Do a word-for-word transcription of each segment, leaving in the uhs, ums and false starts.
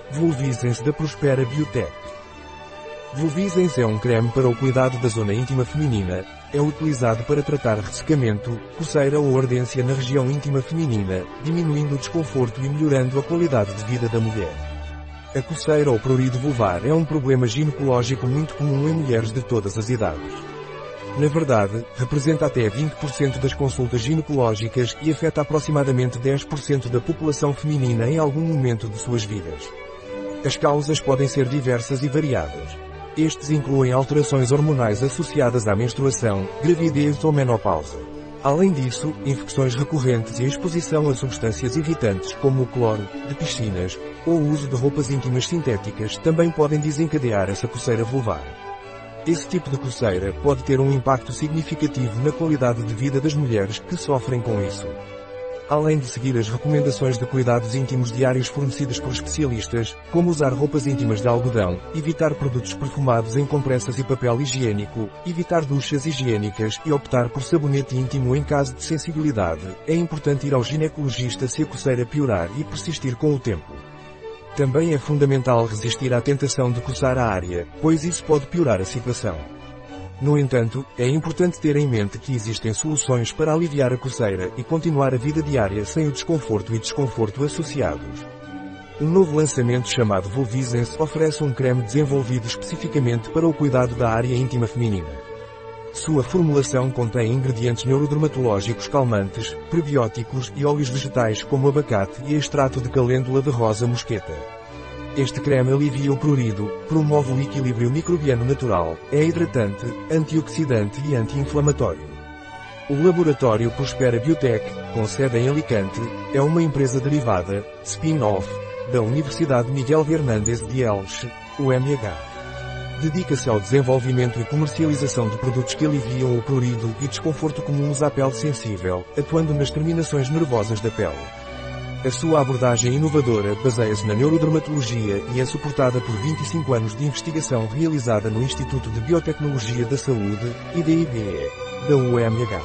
Vulvisens da Prospera Biotech. Vulvisens é um creme para o cuidado da zona íntima feminina. É utilizado para tratar ressecamento, coceira ou ardência na região íntima feminina, diminuindo o desconforto e melhorando a qualidade de vida da mulher. A coceira ou prurido vulvar é um problema ginecológico muito comum em mulheres de todas as idades. Na verdade, representa até vinte por cento das consultas ginecológicas e afeta aproximadamente dez por cento da população feminina em algum momento de suas vidas. As causas podem ser diversas e variadas. Estes incluem alterações hormonais associadas à menstruação, gravidez ou menopausa. Além disso, infecções recorrentes e a exposição a substâncias irritantes como o cloro, de piscinas, ou o uso de roupas íntimas sintéticas também podem desencadear essa coceira vulvar. Esse tipo de coceira pode ter um impacto significativo na qualidade de vida das mulheres que sofrem com isso. Além de seguir as recomendações de cuidados íntimos diários fornecidas por especialistas, como usar roupas íntimas de algodão, evitar produtos perfumados em compressas e papel higiênico, evitar duchas higiênicas e optar por sabonete íntimo em caso de sensibilidade, é importante ir ao ginecologista se a coceira piorar e persistir com o tempo. Também é fundamental resistir à tentação de coçar a área, pois isso pode piorar a situação. No entanto, é importante ter em mente que existem soluções para aliviar a coceira e continuar a vida diária sem o desconforto e desconforto associados. Um novo lançamento chamado Vulvisens oferece um creme desenvolvido especificamente para o cuidado da área íntima feminina. Sua formulação contém ingredientes neurodermatológicos calmantes, prebióticos e óleos vegetais como abacate e extrato de calêndula de rosa mosqueta. Este creme alivia o prurido, promove o equilíbrio microbiano natural, é hidratante, antioxidante e anti-inflamatório. O laboratório Prospera Biotech, com sede em Alicante, é uma empresa derivada, spin-off, da Universidade Miguel Hernández de Elche, U M H. Dedica-se ao desenvolvimento e comercialização de produtos que aliviam o prurido e desconforto comuns à pele sensível, atuando nas terminações nervosas da pele. A sua abordagem inovadora baseia-se na neurodermatologia e é suportada por vinte e cinco anos de investigação realizada no Instituto de Biotecnologia da Saúde, I D I B E, da U M H.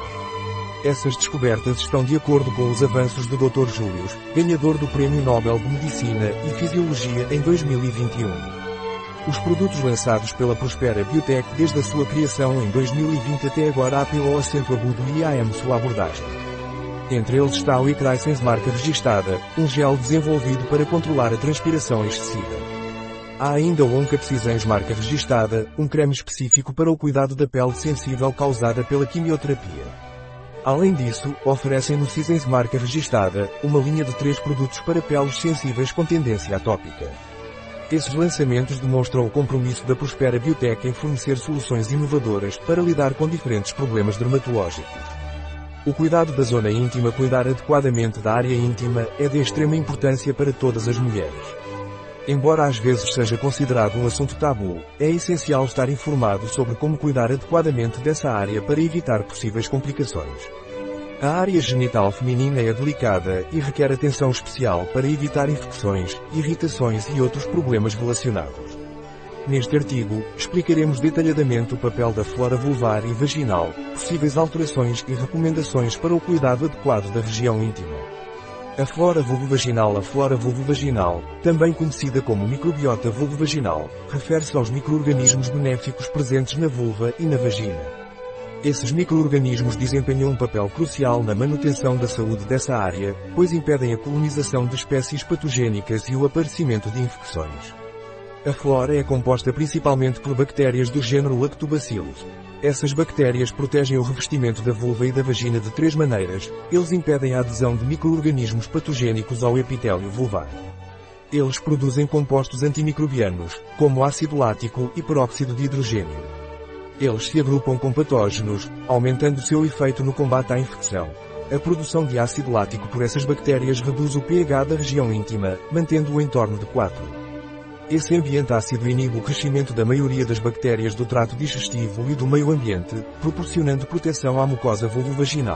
Essas descobertas estão de acordo com os avanços do doutor Július, ganhador do Prémio Nobel de Medicina e Fisiologia em dois mil e vinte e um. Os produtos lançados pela Prospera Biotech desde a sua criação em dois mil e vinte até agora apelam ao acento agudo e à M sua abordagem. Entre eles está o Ecrisens marca registada, um gel desenvolvido para controlar a transpiração excessiva. Há ainda o Oncapsisens marca registada, um creme específico para o cuidado da pele sensível causada pela quimioterapia. Além disso, oferecem no Cisens marca registada, uma linha de três produtos para peles sensíveis com tendência atópica. Esses lançamentos demonstram o compromisso da Prospera Biotech em fornecer soluções inovadoras para lidar com diferentes problemas dermatológicos. O cuidado da zona íntima, cuidar adequadamente da área íntima, é de extrema importância para todas as mulheres. Embora às vezes seja considerado um assunto tabu, é essencial estar informado sobre como cuidar adequadamente dessa área para evitar possíveis complicações. A área genital feminina é delicada e requer atenção especial para evitar infecções, irritações e outros problemas relacionados. Neste artigo, explicaremos detalhadamente o papel da flora vulvar e vaginal, possíveis alterações e recomendações para o cuidado adequado da região íntima. A flora vulvovaginal. A flora vulvovaginal, também conhecida como microbiota vulvovaginal, refere-se aos micro-organismos benéficos presentes na vulva e na vagina. Esses micro-organismos desempenham um papel crucial na manutenção da saúde dessa área, pois impedem a colonização de espécies patogênicas e o aparecimento de infecções. A flora é composta principalmente por bactérias do gênero Lactobacillus. Essas bactérias protegem o revestimento da vulva e da vagina de três maneiras. Eles impedem a adesão de micro-organismos patogênicos ao epitélio vulvar. Eles produzem compostos antimicrobianos, como ácido lático e peróxido de hidrogênio. Eles se agrupam com patógenos, aumentando seu efeito no combate à infecção. A produção de ácido lático por essas bactérias reduz o pH da região íntima, mantendo-o em torno de quatro. Esse ambiente ácido inibe o crescimento da maioria das bactérias do trato digestivo e do meio ambiente, proporcionando proteção à mucosa vulvovaginal.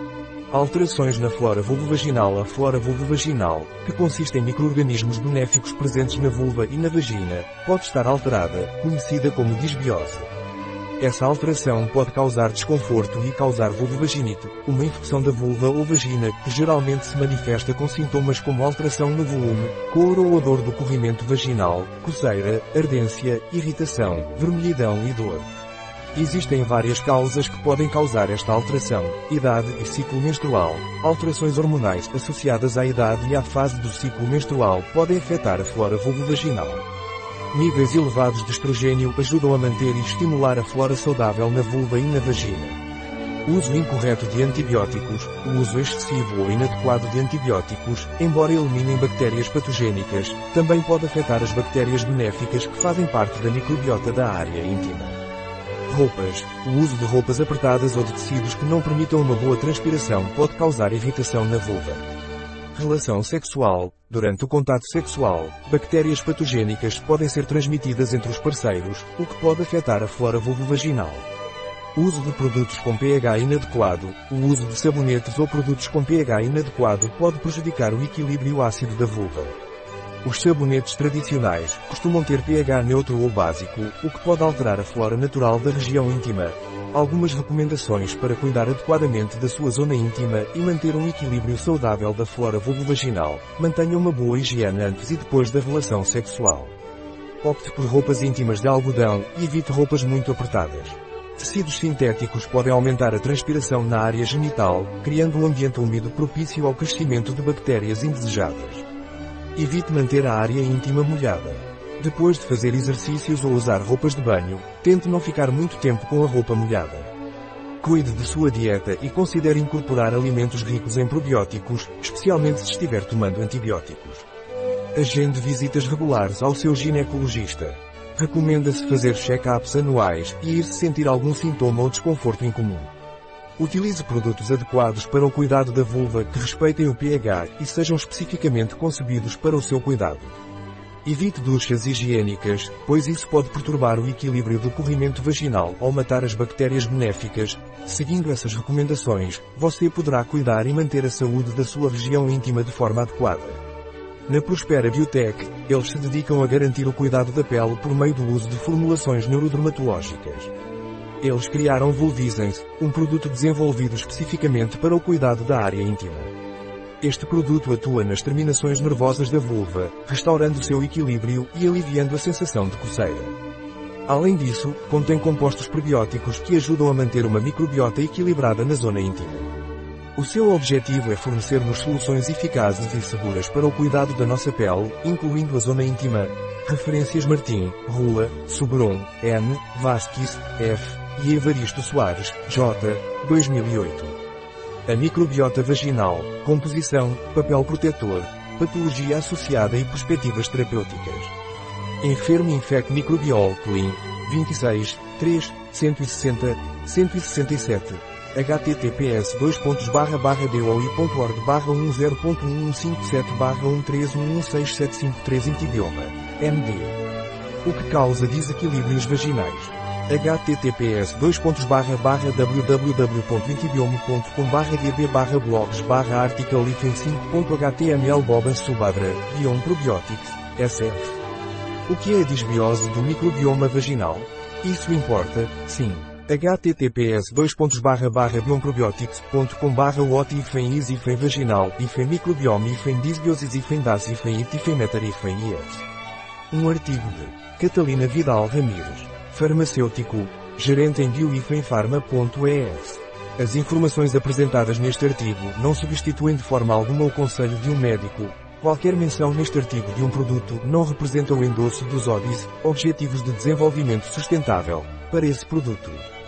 Alterações na flora vulvovaginal. A flora vulvovaginal, que consiste em micro-organismos benéficos presentes na vulva e na vagina, pode estar alterada, conhecida como disbiose. Essa alteração pode causar desconforto e causar vulvovaginite, uma infecção da vulva ou vagina que geralmente se manifesta com sintomas como alteração no volume, cor ou odor do corrimento vaginal, coceira, ardência, irritação, vermelhidão e dor. Existem várias causas que podem causar esta alteração: idade e ciclo menstrual. Alterações hormonais associadas à idade e à fase do ciclo menstrual podem afetar a flora vulvovaginal. Níveis elevados de estrogênio ajudam a manter e estimular a flora saudável na vulva e na vagina. O uso incorreto de antibióticos, o uso excessivo ou inadequado de antibióticos, embora eliminem bactérias patogênicas, também pode afetar as bactérias benéficas que fazem parte da microbiota da área íntima. Roupas. O uso de roupas apertadas ou de tecidos que não permitam uma boa transpiração pode causar irritação na vulva. Relação sexual. Durante o contato sexual, bactérias patogênicas podem ser transmitidas entre os parceiros, o que pode afetar a flora vulvovaginal. Uso de produtos com pH inadequado. O uso de sabonetes ou produtos com pH inadequado pode prejudicar o equilíbrio ácido da vulva. Os sabonetes tradicionais costumam ter pH neutro ou básico, o que pode alterar a flora natural da região íntima. Algumas recomendações para cuidar adequadamente da sua zona íntima e manter um equilíbrio saudável da flora vulvovaginal. Mantenha uma boa higiene antes e depois da relação sexual. Opte por roupas íntimas de algodão e evite roupas muito apertadas. Tecidos sintéticos podem aumentar a transpiração na área genital, criando um ambiente úmido propício ao crescimento de bactérias indesejadas. Evite manter a área íntima molhada. Depois de fazer exercícios ou usar roupas de banho, tente não ficar muito tempo com a roupa molhada. Cuide de sua dieta e considere incorporar alimentos ricos em probióticos, especialmente se estiver tomando antibióticos. Agende visitas regulares ao seu ginecologista. Recomenda-se fazer check-ups anuais e ir se sentir algum sintoma ou desconforto incomum. Utilize produtos adequados para o cuidado da vulva que respeitem o pH e sejam especificamente concebidos para o seu cuidado. Evite duchas higiênicas, pois isso pode perturbar o equilíbrio do corrimento vaginal ou matar as bactérias benéficas. Seguindo essas recomendações, você poderá cuidar e manter a saúde da sua região íntima de forma adequada. Na Prospera Biotech, eles se dedicam a garantir o cuidado da pele por meio do uso de formulações neurodermatológicas. Eles criaram Vulvisens, um produto desenvolvido especificamente para o cuidado da área íntima. Este produto atua nas terminações nervosas da vulva, restaurando seu equilíbrio e aliviando a sensação de coceira. Além disso, contém compostos prebióticos que ajudam a manter uma microbiota equilibrada na zona íntima. O seu objetivo é fornecer-nos soluções eficazes e seguras para o cuidado da nossa pele, incluindo a zona íntima. Referências Martim, Rula, Sobron, N, Vasquez, F, e Evaristo Soares, J, dois mil e oito. A microbiota vaginal, composição, papel protetor, patologia associada e perspectivas terapêuticas. Enfermo Infec Microbiol Clean, vinte e seis, três, cento e sessenta, cento e sessenta e sete. h t t p s dois pontos barra barra d o i ponto org barra um zero ponto um um cinco sete barra um três um um seis sete cinco três Intibioma, M D. O que causa desequilíbrios vaginais? h t t p s dois pontos barra barra w w w ponto intibioma ponto com barra d b barra blogs barra article hífen cinco ponto h t m l Boban Subadra, Biom Probiotics, S F. O que é a disbiose do microbioma vaginal? Isso importa, sim. h t t p s dois pontos barra barra biomprobiotics ponto com barra wot hífen is hífen vaginal hífen microbioma hífen disbiosis hífen das hífen it hífen metar hífen is. Um artigo de Catalina Vidal Ramírez, farmacêutico, gerente em bio hífen farma ponto e s. As informações apresentadas neste artigo não substituem de forma alguma o conselho de um médico. Qualquer menção neste artigo de um produto não representa o endosso dos O D I S, Objetivos de Desenvolvimento Sustentável, para esse produto.